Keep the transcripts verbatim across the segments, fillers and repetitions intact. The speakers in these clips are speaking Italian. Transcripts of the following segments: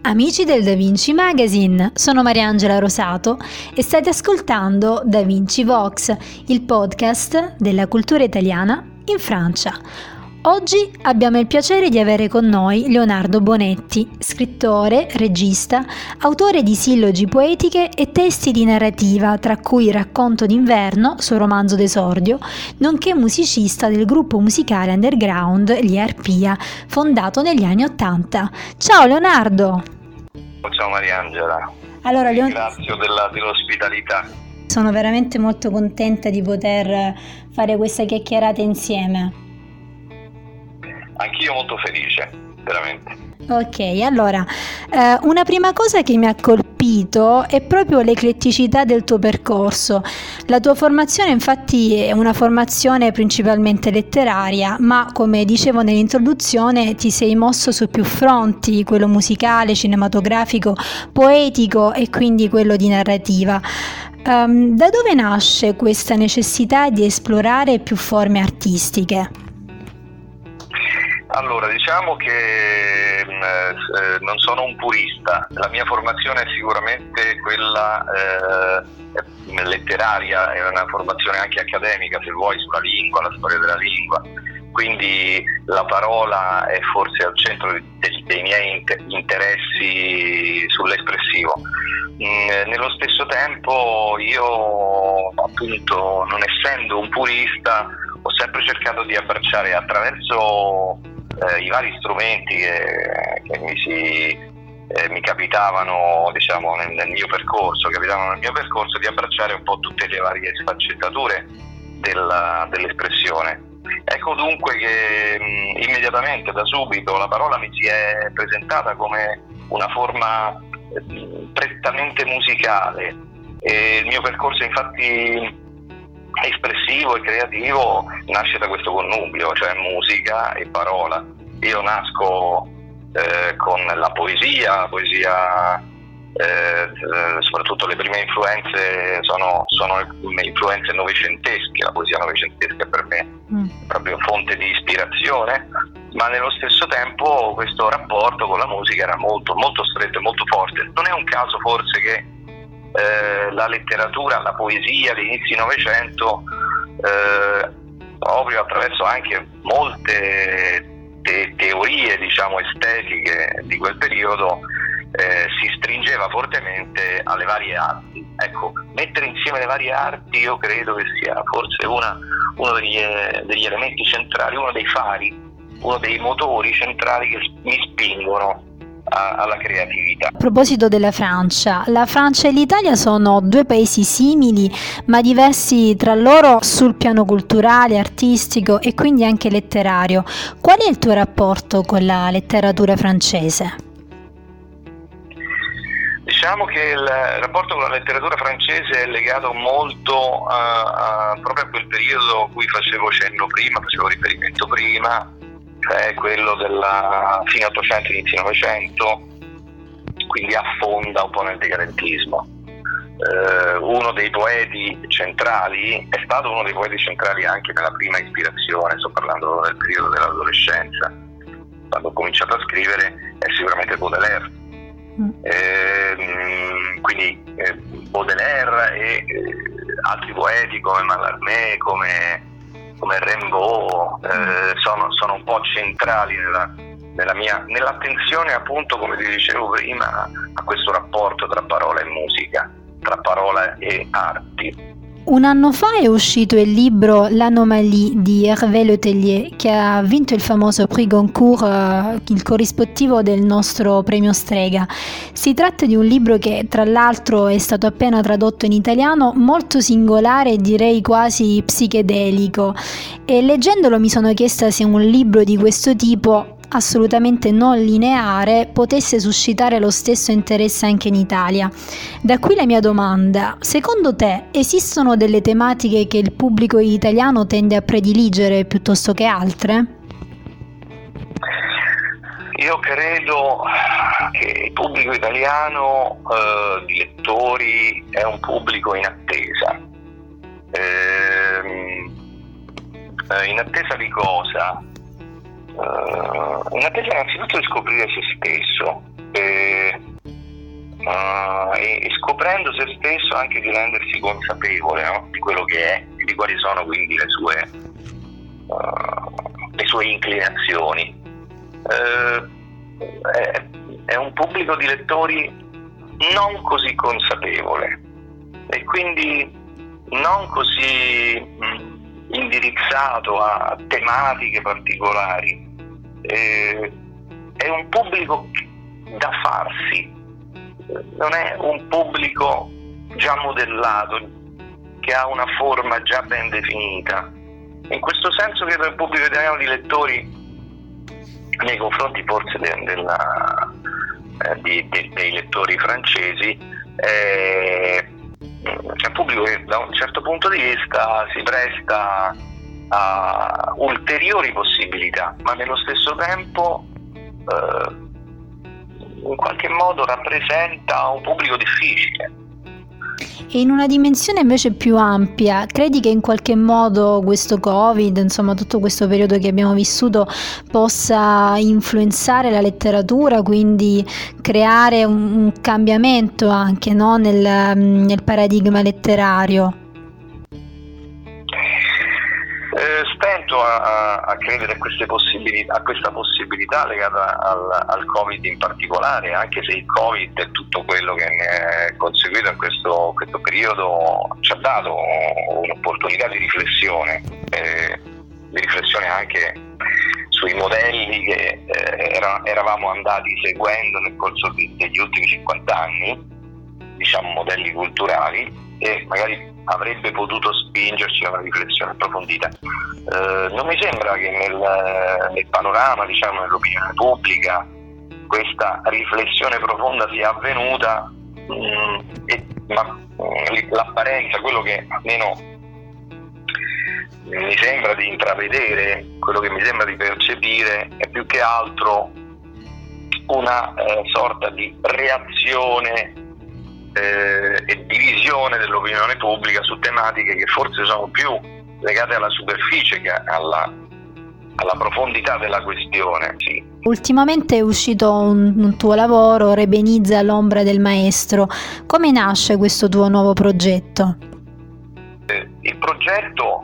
Amici del Da Vinci Magazine, sono Mariangela Rosato e state ascoltando Da Vinci Vox, il podcast della cultura italiana in Francia. Oggi abbiamo il piacere di avere con noi Leonardo Bonetti, scrittore, regista, autore di sillogi poetiche e testi di narrativa, tra cui Racconto d'inverno, suo romanzo d'esordio, nonché musicista del gruppo musicale underground Gli Arpia, fondato negli anni Ottanta. Ciao Leonardo! Ciao Mariangela, allora, Leon... ringrazio della, dell'ospitalità. Sono veramente molto contenta di poter fare questa chiacchierata insieme. Anch'io molto felice, veramente. Ok, allora, eh, una prima cosa che mi ha colpito è proprio l'ecletticità del tuo percorso. La tua formazione infatti è una formazione principalmente letteraria, ma come dicevo nell'introduzione ti sei mosso su più fronti, quello musicale, cinematografico, poetico e quindi quello di narrativa. Um, da dove nasce questa necessità di esplorare più forme artistiche? Allora, diciamo che eh, non sono un purista, la mia formazione è sicuramente quella eh, letteraria, è una formazione anche accademica, se vuoi, sulla lingua, la storia della lingua, quindi la parola è forse al centro dei, dei miei interessi sull'espressivo. Mm, nello stesso tempo io, appunto, non essendo un purista, ho sempre cercato di abbracciare attraverso eh, i vari strumenti che, che mi, si, eh, mi capitavano, diciamo, nel, nel mio percorso, capitavano nel mio percorso, di abbracciare un po' tutte le varie sfaccettature della, dell'espressione. Ecco dunque che mh, immediatamente, da subito, la parola mi si è presentata come una forma mh, prettamente musicale, e il mio percorso infatti espressivo e creativo nasce da questo connubio, cioè musica e parola. Io nasco eh, con la poesia, poesia eh, soprattutto le prime influenze sono, sono influenze novecentesche, la poesia novecentesca per me mm. è proprio fonte di ispirazione, ma nello stesso tempo questo rapporto con la musica era molto, molto stretto e molto forte. Non è un caso forse che Eh, la letteratura, la poesia degli inizi Novecento, eh, proprio attraverso anche molte te- teorie, diciamo, estetiche di quel periodo, eh, si stringeva fortemente alle varie arti. Ecco, mettere insieme le varie arti io credo che sia forse una, uno degli, degli elementi centrali, uno dei fari, uno dei motori centrali che mi spingono alla creatività. A proposito della Francia, la Francia e l'Italia sono due paesi simili ma diversi tra loro sul piano culturale, artistico e quindi anche letterario. Qual è il tuo rapporto con la letteratura francese? Diciamo che il rapporto con la letteratura francese è legato molto a, a, proprio a quel periodo a cui facevo cenno prima, facevo riferimento prima, cioè quello della fine Ottocento, inizio Novecento, quindi affonda un po' nel decadentismo. Eh, uno dei poeti centrali, è stato uno dei poeti centrali anche nella prima ispirazione, sto parlando del periodo dell'adolescenza, quando ho cominciato a scrivere, è sicuramente Baudelaire. Mm. Eh, quindi eh, Baudelaire e eh, altri poeti come Mallarmé, come come Rimbaud, eh, sono, sono un po' centrali nella, nella mia, nell'attenzione, appunto, come ti dicevo prima, a questo rapporto tra parola e musica, tra parola e arti. Un anno fa è uscito il libro L'Anomalie di Hervé Letellier, che ha vinto il famoso Prix Goncourt, eh, il corrispettivo del nostro premio Strega. Si tratta di un libro che, tra l'altro, è stato appena tradotto in italiano, molto singolare e direi quasi psichedelico. E leggendolo mi sono chiesta se un libro di questo tipo, assolutamente non lineare, potesse suscitare lo stesso interesse anche in Italia. Da qui la mia domanda: secondo te esistono delle tematiche che il pubblico italiano tende a prediligere piuttosto che altre? Io credo che il pubblico italiano eh, di lettori è un pubblico in attesa. Eh, in attesa di cosa? uh, in attesa innanzitutto di scoprire se stesso e, uh, e, e scoprendo se stesso anche di rendersi consapevole, no? Di quello che è e di quali sono quindi le sue, uh, le sue inclinazioni. Uh, è, è un pubblico di lettori non così consapevole e quindi non così mh, indirizzato a tematiche particolari. Eh, è un pubblico da farsi, non è un pubblico già modellato, che ha una forma già ben definita. In questo senso credo che il pubblico italiano di lettori, nei confronti forse de, della, eh, di, de, dei lettori francesi, è un pubblico che da un certo punto di vista si presta a ulteriori possibilità, ma nello stesso tempo eh, in qualche modo rappresenta un pubblico difficile. E in una dimensione invece più ampia, credi che in qualche modo questo Covid, insomma tutto questo periodo che abbiamo vissuto, possa influenzare la letteratura, quindi creare un, un cambiamento anche, no, nel, nel paradigma letterario? Eh, stento a, a credere a, queste possibilità, a questa possibilità legata al, al Covid in particolare, anche se il Covid e tutto quello che ne è conseguito in questo, questo periodo ci ha dato un'opportunità di riflessione, eh, di riflessione anche sui modelli che eh, era, eravamo andati seguendo nel corso di, degli ultimi cinquanta anni, diciamo modelli culturali, e magari avrebbe potuto spingerci a una riflessione approfondita. Eh, non mi sembra che nel, nel panorama, diciamo, nell'opinione pubblica, questa riflessione profonda sia avvenuta, mh, e, ma mh, l'apparenza, quello che almeno mi sembra di intravedere, quello che mi sembra di percepire, è più che altro una eh, sorta di reazione Eh, e divisione dell'opinione pubblica su tematiche che forse sono più legate alla superficie che alla, alla profondità della questione. Sì. Ultimamente è uscito un, un tuo lavoro, Rebenizza l'ombra del maestro. Come nasce questo tuo nuovo progetto? Eh, il progetto,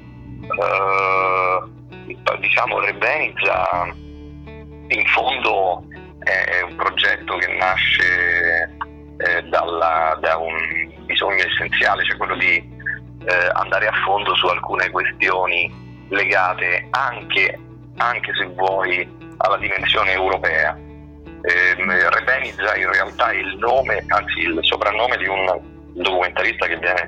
eh, diciamo, Rebenizza in fondo è un progetto che nasce Eh, dalla, da un bisogno essenziale, cioè quello di eh, andare a fondo su alcune questioni legate anche, anche se vuoi, alla dimensione europea. Eh, Rebenizza in realtà è il nome, anzi il soprannome di un documentarista che viene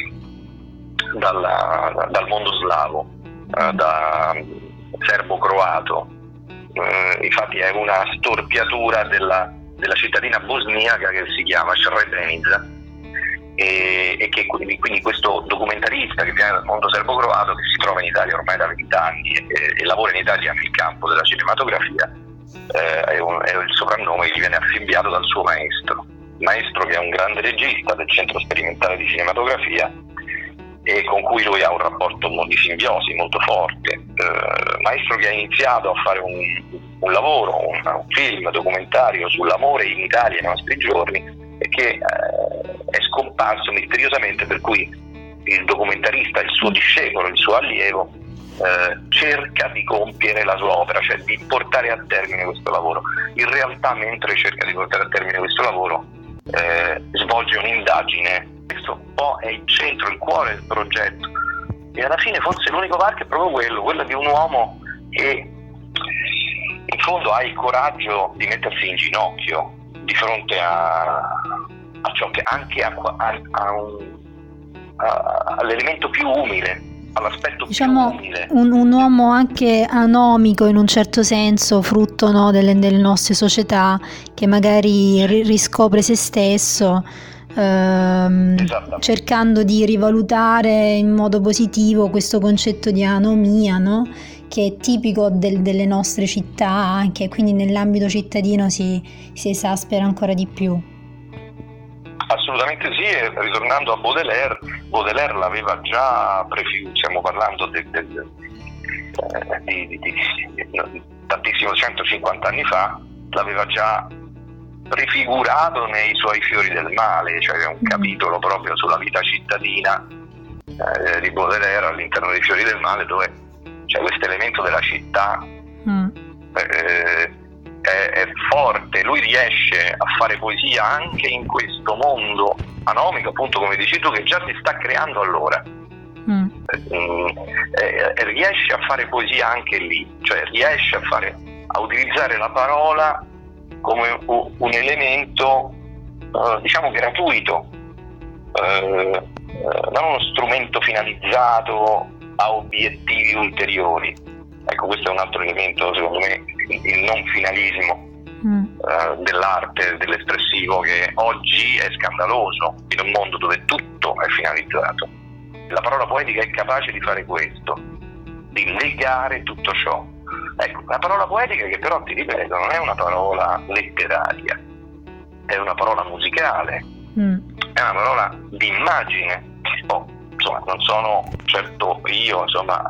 dalla, dal mondo slavo, eh, da serbo-croato. Eh, infatti è una storpiatura della della cittadina bosniaca che si chiama Srebrenica, e, e che quindi, quindi questo documentarista che viene dal mondo serbo-croato, che si trova in Italia ormai da vent'anni e, e lavora in Italia nel campo della cinematografia, eh, è, un, è il soprannome che gli viene affibbiato dal suo maestro, maestro che è un grande regista del Centro Sperimentale di Cinematografia e con cui lui ha un rapporto di simbiosi molto forte, eh, maestro che ha iniziato a fare un, un lavoro, un, un film documentario sull'amore in Italia nei nostri giorni, e che eh, è scomparso misteriosamente, per cui il documentarista, il suo discepolo, il suo allievo, eh, cerca di compiere la sua opera, cioè di portare a termine questo lavoro. In realtà, mentre cerca di portare a termine questo lavoro, eh, svolge un'indagine. Questo un po' è il centro, il cuore del progetto, e alla fine forse l'unico varco è proprio quello, quello di un uomo che in fondo ha il coraggio di mettersi in ginocchio di fronte a, a ciò che anche a, a, a un, a, all'elemento più umile, all'aspetto diciamo più umile. Un, un uomo anche anomico in un certo senso, frutto, no, delle, delle nostre società, che magari ri- riscopre se stesso, ehm, cercando di rivalutare in modo positivo questo concetto di anomia, no? Che è tipico del, delle nostre città, anche quindi nell'ambito cittadino si, si esaspera ancora di più. Assolutamente sì, e ritornando a Baudelaire, Baudelaire l'aveva già prefigurato, stiamo parlando de, de, eh, di, di, di, di tantissimo, centocinquanta anni fa, l'aveva già prefigurato nei suoi Fiori del male, cioè un capitolo proprio sulla vita cittadina eh, di Baudelaire all'interno dei Fiori del male, dove c'è questo elemento della città mm. eh, è, è forte. Lui riesce a fare poesia anche in questo mondo anomico, appunto come dici tu, che già si sta creando allora. Mm. Eh, eh, riesce a fare poesia anche lì, cioè riesce a fare a utilizzare la parola come un, un elemento eh, diciamo gratuito, eh, non uno strumento finalizzato a obiettivi ulteriori. Ecco, questo è un altro elemento, secondo me, il non finalismo mm. eh, dell'arte, dell'espressivo, che oggi è scandaloso in un mondo dove tutto è finalizzato. La parola poetica è capace di fare questo, di legare tutto ciò. Ecco, la parola poetica, che però, ti ripeto, non è una parola letteraria, è una parola musicale, mm. è una parola di immagine. Oh, insomma, non sono certo io, insomma,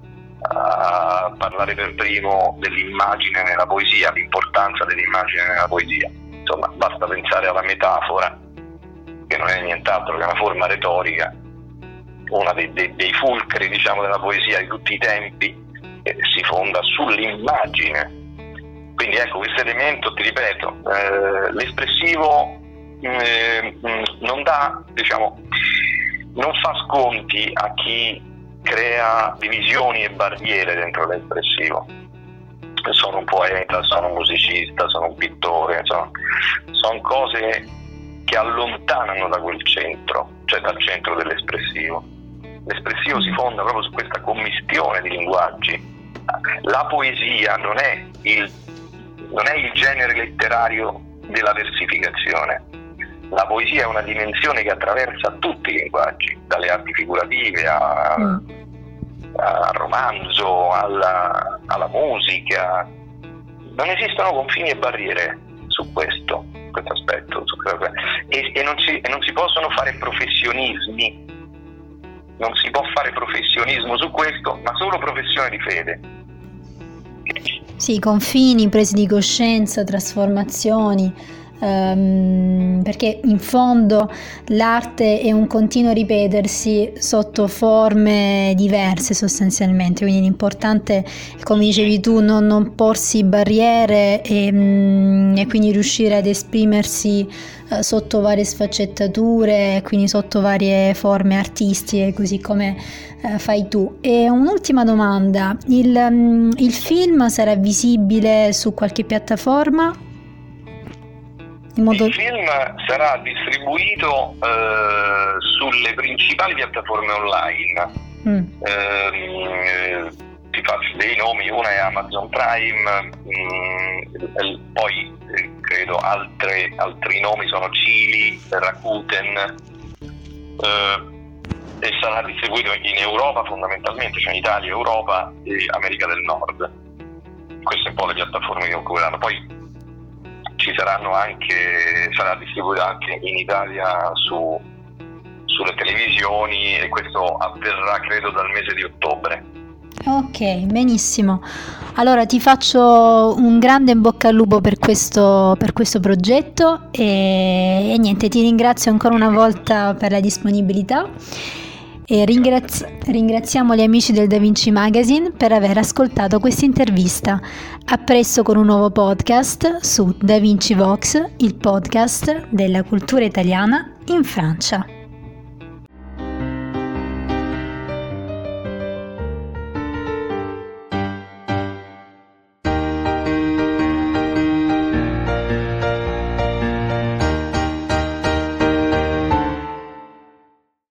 a parlare per primo dell'immagine nella poesia, l'importanza dell'immagine nella poesia. Insomma, basta pensare alla metafora, che non è nient'altro che una forma retorica, una dei, dei, dei fulcri, diciamo, della poesia di tutti i tempi, che si fonda sull'immagine. Quindi ecco, questo elemento, ti ripeto, eh, l'espressivo eh, non dà, diciamo, non fa sconti a chi crea divisioni e barriere dentro l'espressivo. Sono un poeta, sono un musicista, sono un pittore, sono, sono cose che allontanano da quel centro, cioè dal centro dell'espressivo. L'espressivo si fonda proprio su questa commistione di linguaggi. La poesia non è il, non è il genere letterario della versificazione. La poesia è una dimensione che attraversa tutti i linguaggi, dalle arti figurative a, mm. al romanzo, alla, alla musica. Non esistono confini e barriere su questo, questo aspetto, su questo, e, e, non si, e non si possono fare professionismi. Non si può fare professionismo su questo, ma solo professione di fede. Sì, confini, prese di coscienza, trasformazioni, ehm, perché in fondo l'arte è un continuo ripetersi sotto forme diverse sostanzialmente, quindi l'importante è, come dicevi tu, non, non porsi barriere e, mm, e quindi riuscire ad esprimersi sotto varie sfaccettature, quindi sotto varie forme artistiche, così come eh, fai tu. E un'ultima domanda, il, um, il film sarà visibile su qualche piattaforma? In modo... Il film sarà distribuito eh, sulle principali piattaforme online. Mm. Eh, ti faccio dei nomi, una è Amazon Prime, mh, poi eh, credo altre, altri nomi sono Cili, Rakuten, eh, e sarà distribuito in Europa fondamentalmente, cioè in Italia, Europa e America del Nord. Queste un po' le piattaforme che occuperanno. Poi ci saranno anche, sarà distribuito anche in Italia su, sulle televisioni, e questo avverrà credo dal mese di ottobre. Ok, benissimo. Allora ti faccio un grande in bocca al lupo per questo, per questo progetto e, e niente, ti ringrazio ancora una volta per la disponibilità e ringrazi- ringraziamo gli amici del Da Vinci Magazine per aver ascoltato questa intervista. A presto con un nuovo podcast su Da Vinci Vox, il podcast della cultura italiana in Francia.